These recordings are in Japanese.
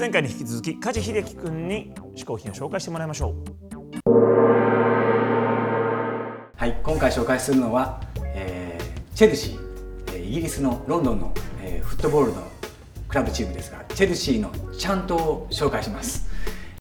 前回に引き続き梶秀樹くんに嗜好品を紹介してもらいましょう。 はい、今回紹介するのは、チェルシー、イギリスのロンドンの、フットボールのクラブチームですが、チェルシーのチャントを紹介します。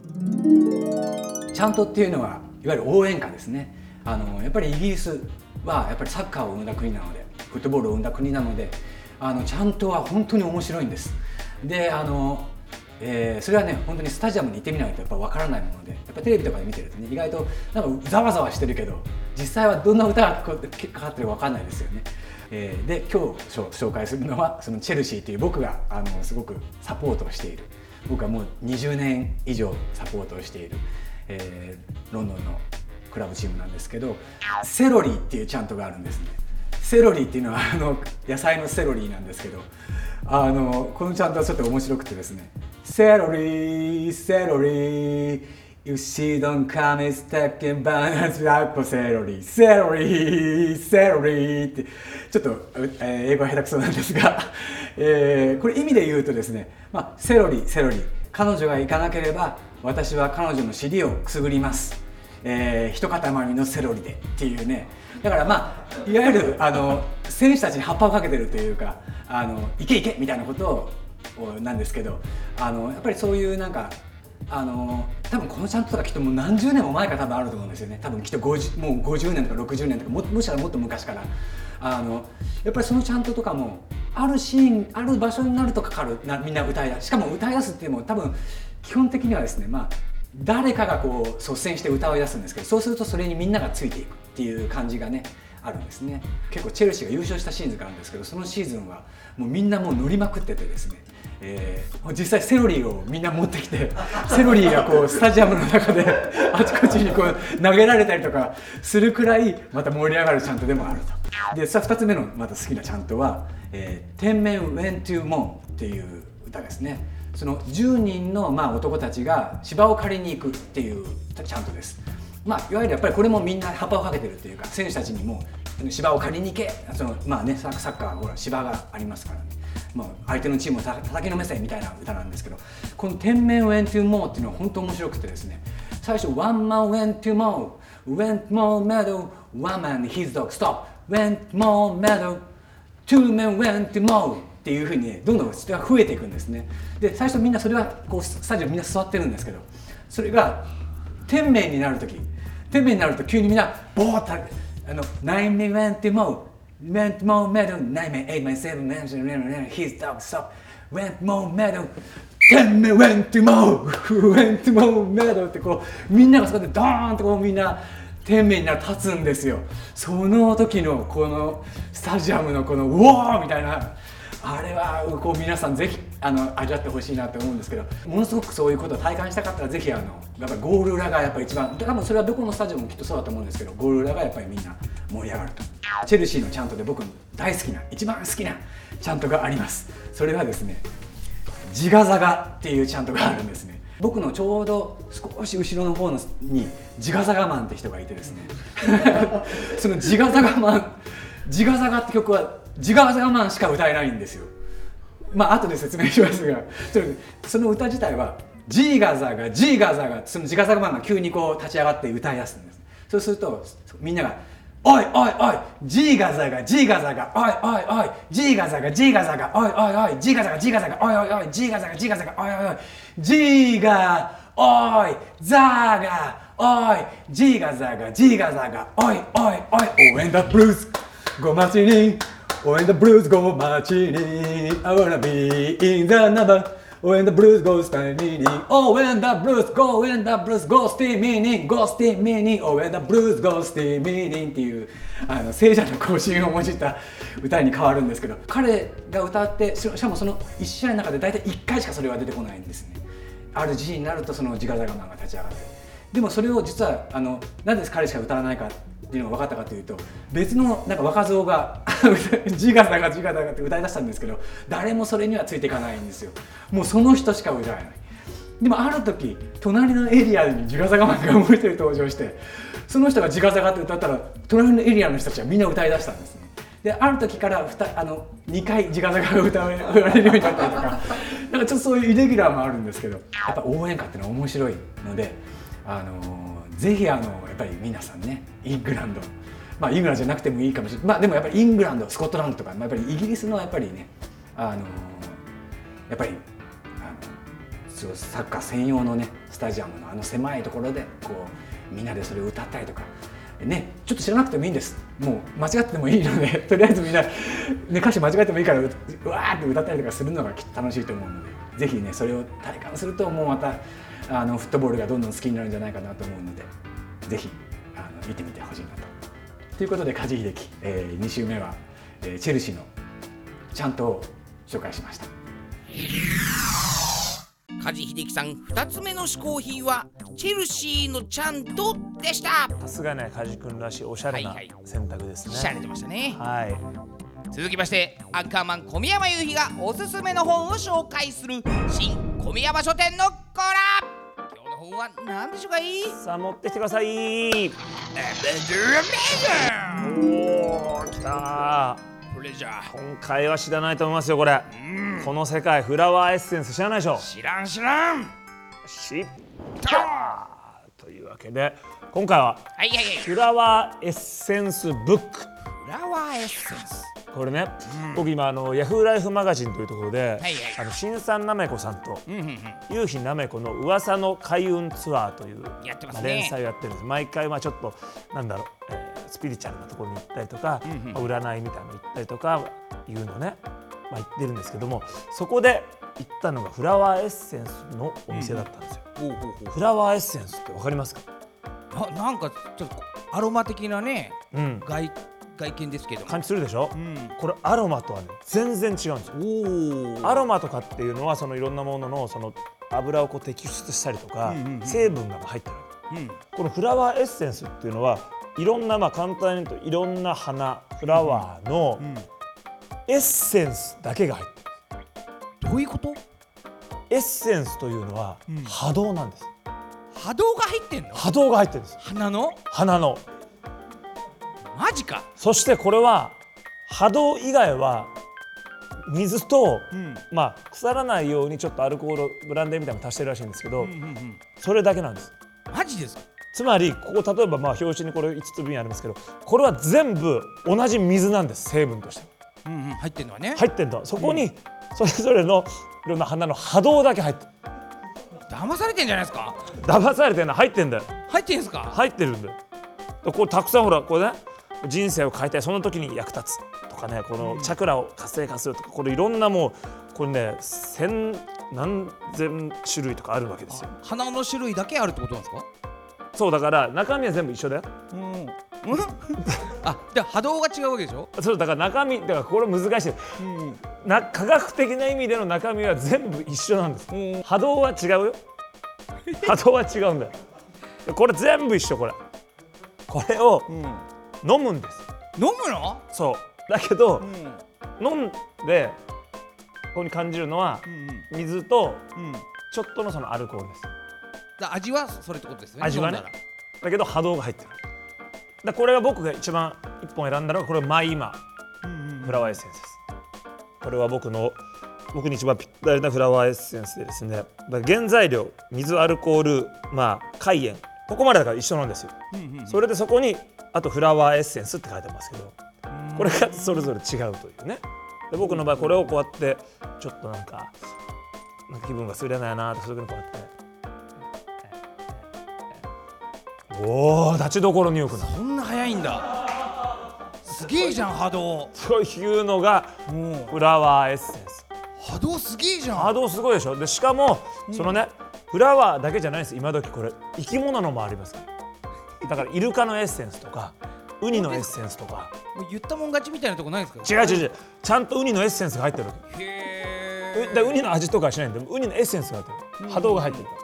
チャントっていうのはいわゆる応援歌ですね。やっぱりイギリスはやっぱりサッカーを生んだ国なので、フットボールを生んだ国なので、チャントは本当に面白いんです。で、それはね、本当にスタジアムに行ってみないとやっぱ分からないもので、やっぱテレビとかで見てるとね、意外となんかざわざわしてるけど、実際はどんな歌がかかってるか分かんないですよね。で、今日紹介するのはそのチェルシーという僕がすごくサポートをしている、僕はもう20年以上サポートをしている、ロンドンのクラブチームなんですけど、セロリっていうチャントがあるんですね。セロリっていうのは野菜のセロリなんですけど、このチャントはちょっと面白くてですね、セロリセロリ You see don't come is taking bananas like セロリセロリセロリってちょっと、英語は下手くそなんですが、これ意味で言うとですね、セロリセロリ、彼女が行かなければ私は彼女の尻をくすぐります、一塊のセロリでっていうね。だからいわゆる選手たちに葉っぱをかけてるというか、行け行けみたいなことをなんですけど、やっぱりそういうなんか多分このチャントとかきっともう何十年も前から多分あると思うんですよね。多分きっともう50年とか60年とかもしかしたらもっと昔から、やっぱりそのチャントとかもあるシーンある場所になるとかかるみんな歌い出す。しかも歌い出すっていうのも多分基本的にはですね、誰かがこう率先して歌い出すんですけど、そうするとそれにみんながついていくっていう感じがねあるんですね。結構チェルシーが優勝したシーズンがあるんですけど、そのシーズンはもうみんなもう乗りまくっててですね、実際セロリをみんな持ってきて、セロリがこうスタジアムの中であちこちにこう投げられたりとかするくらいまた盛り上がるチャントでもあると。で、2つ目のまた好きなチャントは「10 Men Went to Moon」っていう歌ですね。その10人の男たちが芝を借りに行くっていうチャントです。いわゆるやっぱりこれもみんな葉っぱをかけてるっていうか、選手たちにも芝を借りに行け、サッカーはほら芝がありますからね、相手のチームを叩きのめせみたいな歌なんですけど、この「10 Men Went to Moon」っていうのは本当面白くてですね、最初「One man went to Moon went more meadow one man his dog stop went more meadow two men went to Moon」っていうふうにね、どんどん人が増えていくんですね。で、最初みんなそれはこうスタジオみんな座ってるんですけど、それが10名になると急にみんなボーッと9 men went to Moon went more meadow 9 men 8 men 7 men his dog stop went more meadow 10 men went to Moon went more meadow ってこうみんながそこでドーンとこうみんな10名になる立つんですよ。その時のこのスタジアムのこのウォーみたいな、あれはこう皆さんぜひ味わってほしいなと思うんですけど、ものすごくそういうことを体感したかったらぜひやっぱりゴール裏がやっぱり一番、多分それはどこのスタジオもきっとそうだと思うんですけど、ゴール裏がやっぱりみんな盛り上がると。チェルシーのチャントで僕の大好きな一番好きなチャントがあります。それはですね、ジガザガっていうチャントがあるんですね。僕のちょうど少し後ろの方にジガザガマンって人がいてですねそのジガザガって曲はジガザガマンしか歌えないんですよ。後で説明しますが、その歌自体はジーガザガそのジガザガマンが急にこう立ち上がって歌い出すんです。そうするとみんながおいおいおいジーガザガおいおいおいジーガザガおいおいおいジーガザガおいおいおいジーガザガおいおいおいジーガザガおいおいおいジーガザガおいおいジーガおいザガおいジーガザガおいおいおい When the blues go marching When the blues go marching I wanna be in the number When the blues go steaming Oh when the blues go steaming Oh when the blues go steaming っていう聖者の行進を用いた歌に変わるんですけど、彼が歌ってしかもその1試合の中で大体1回しかそれは出てこないんですね。ある時期になるとそのジガザガマンが立ち上がって、でもそれを実はなぜ彼しか歌わないかっていうのが分かったかというと、別のなんか若造がジガザガって歌い出したんですけど、誰もそれにはついていかないんですよ。もうその人しか歌えない。でもある時隣のエリアにジガザガマンがもう一人登場して、その人がジガザガって歌ったら隣のエリアの人たちはみんな歌い出したんですね。 である時から2回自家酒が歌われるようになったりとかなんかちょっとそういうイレギュラーもあるんですけど、やっぱ応援歌っていうのは面白いので、ぜひやっぱり皆さんね、イングランド、イングランドじゃなくてもいいかもしれない、でもやっぱりイングランド、スコットランドとか、やっぱりイギリスのやっぱりね、やっぱりサッカー専用のねスタジアムの狭いところでこうみんなでそれを歌ったりとかね、ちょっと知らなくてもいいんです。もう間違ってもいいので、とりあえずみんな、ね、歌詞間違えてもいいからうわーって歌ったりとかするのがきっと楽しいと思うので、ぜひねそれを体感するともうまたフットボールがどんどん好きになるんじゃないかなと思うので、ぜひ見てみてほしいなと。ということで梶秀樹、2週目は、チェルシーのチャントを紹介しました。 梶秀樹さん2つ目の嗜好品はチェルシーのチャントでした。 さすがね、梶君らしいおしゃれな選択ですね。 しゃれてましたね。 はい。 続きましてアンカーマン小宮山雄飛がおすすめの本を紹介する新小宮山書店のコーナー。今日の本は何でしょうかい？ さあ持ってきてください。おー、きたー。今回は知らないと思いますよ、これ。この世界フラワーエッセンス知らないでしょ。 知らん。 知ったというわけで今回はフラワーエッセンスブック。 フラワーエッセンス、 これね、僕今ヤフーライフマガジンというところで、新さんなめこさんと夕日なめこの噂の開運ツアーという連載をやってるんです。毎回ちょっとスピリチュアルなところに行ったりとか、占いみたいなの行ったりとかいうのね、行ってるんですけども、そこで行ったのがフラワーエッセンスのお店だったんですよ。フラワーエッセンスってわかりますか？ なんかちょっとアロマ的なね、外見ですけど感じするでしょ。これアロマとはね全然違うんですよ。アロマとかっていうのはそのいろんなもののその油をこう摘出したりとか成分が入ってる。このフラワーエッセンスっていうのはいろんな簡単に言うといろんな花フラワーのエッセンスだけが入ってる。 どういうこと？ エッセンスというのは波動なんです。 波動が入ってんの？ 波動が入ってるんです。 花のマジか。 そしてこれは波動以外は水と、腐らないようにちょっとアルコールブランデーみたいなの足してるらしいんですけど、それだけなんです。 マジですか？ つまりここ例えば表紙にこれ5つ瓶ありますけど、これは全部同じ水なんです。成分として入ってんのはね。 入ってんだ。そこにそれぞれのいろんな花の波動だけ入ってる。 騙されてんじゃないですか？ 騙されてんの入ってんだよ。 入ってんすか？ 入ってるんだよ。これたくさんほらこれね、人生を変えたいその時に役立つとかね、このチャクラを活性化するとか、これいろんなもうこれね何千種類とかあるわけですよ。 花の種類だけあるってことなんですか？ そうだから中身は全部一緒だよ。 で波動が違うわけでしょ。 そうだから中身だからこれ難しい。科学的な意味での中身は全部一緒なんです。波動は違うよ。波動は違うんだよ。これ全部一緒。これを飲むんです。 飲むの？ そうだけど、飲んでここに感じるのは水とちょっとのそのアルコールです。 味はそれってことですね。 味はね。だけど波動が入ってる。これが僕が一番1本選んだのはこれマイマフラワーエッセンスです。これは僕に一番ぴったりなフラワーエッセンスでですね、原材料水、アルコール、海塩、ここまでだから一緒なんですよ。それでそこにあとフラワーエッセンスって書いてますけど、これがそれぞれ違うというね。で僕の場合これをこうやってちょっとなんか気分がすれないなと、そういうふうにこうやって立ちどころによくなる。 そんな早いんだ。すげえじゃん波動。 そういうのがフラワーエッセンス。 波動すげえじゃん。 波動すごいでしょ。でしかもそのね、フラワーだけじゃないです。今時これ生き物のもありますから。だからイルカのエッセンスとかウニのエッセンスとか。 もう言ったもん勝ちみたいなとこないですか？ 違うちゃんとウニのエッセンスが入ってるわけ。でウニの味とかはしないんで、ウニのエッセンスが入ってる。波動が入ってるから。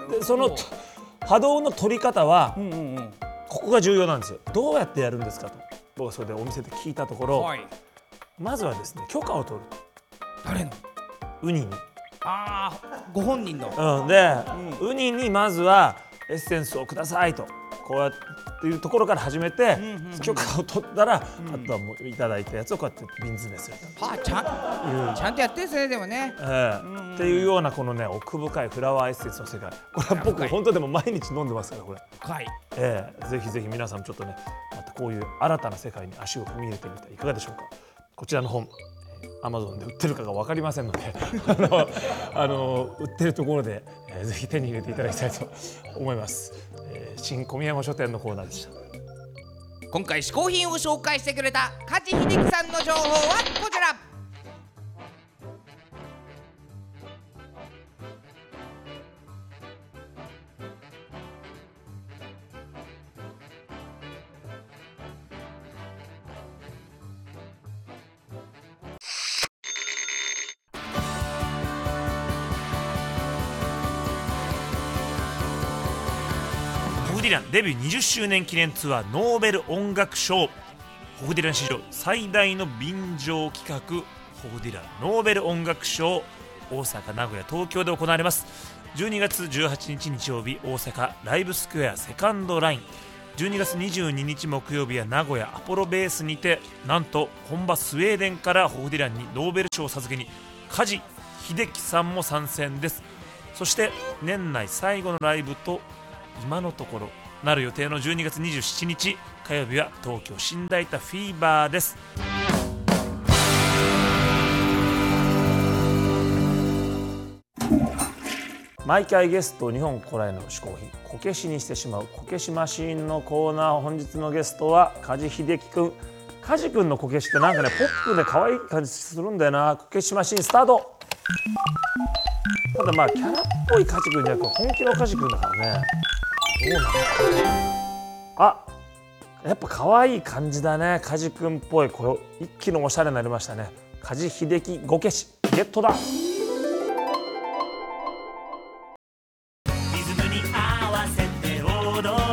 でその波動の取り方は、ここが重要なんですよ。どうやってやるんですかと僕はそれでお店で聞いたところ、まずはですね許可を取る。 誰の？ ウニに。 ご本人の。 で、ウニにまずはエッセンスをくださいとこうやっていうところから始めて、許可を取ったら、あとはもういただいたやつをこうやって瓶詰めすると。 はあ、ちゃんとやってるんですね、でもね。 っていうようなこのね奥深いフラワーエッセンスの世界、これは僕本当でも毎日飲んでますからこれ。 はい。 ぜひぜひ皆さんちょっとねまたこういう新たな世界に足を踏み入れてみてはいかがでしょうか。こちらの本Amazon で売ってるかが分かりませんので売ってるところで、ぜひ手に入れていただきたいと思います。新小宮山書店のコーナーでした。 今回試行品を紹介してくれた梶秀樹さんの情報はこちら。 ホフディランデビュー20周年記念ツアーノーベル音楽賞。ホフディラン史上最大の便乗企画ホフディランノーベル音楽賞、大阪、名古屋、東京で行われます。12月18日日曜日大阪ライブスクエアセカンドライン、12月22日木曜日は名古屋アポロベースにて、なんと本場スウェーデンからホフディランにノーベル賞を授けに梶秀樹さんも参戦です。そして年内最後のライブと今のところなる予定の12月27日火曜日は東京新大田フィーバーです。毎回ゲスト日本古来の嗜好品こけしにしてしまうこけしマシーンのコーナー、本日のゲストは梶秀樹くん。梶くんのこけしってなんかねポップで可愛い感じするんだよな。こけしマシーンスタート。ただまあキャラっぽい梶くんじゃなく本気の梶くんだからね。どうなの？あ、やっぱ可愛い感じだね。梶くんっぽい。これ一気におしゃれになりましたね。梶秀樹ごけしゲットだ。リズムに合わせて踊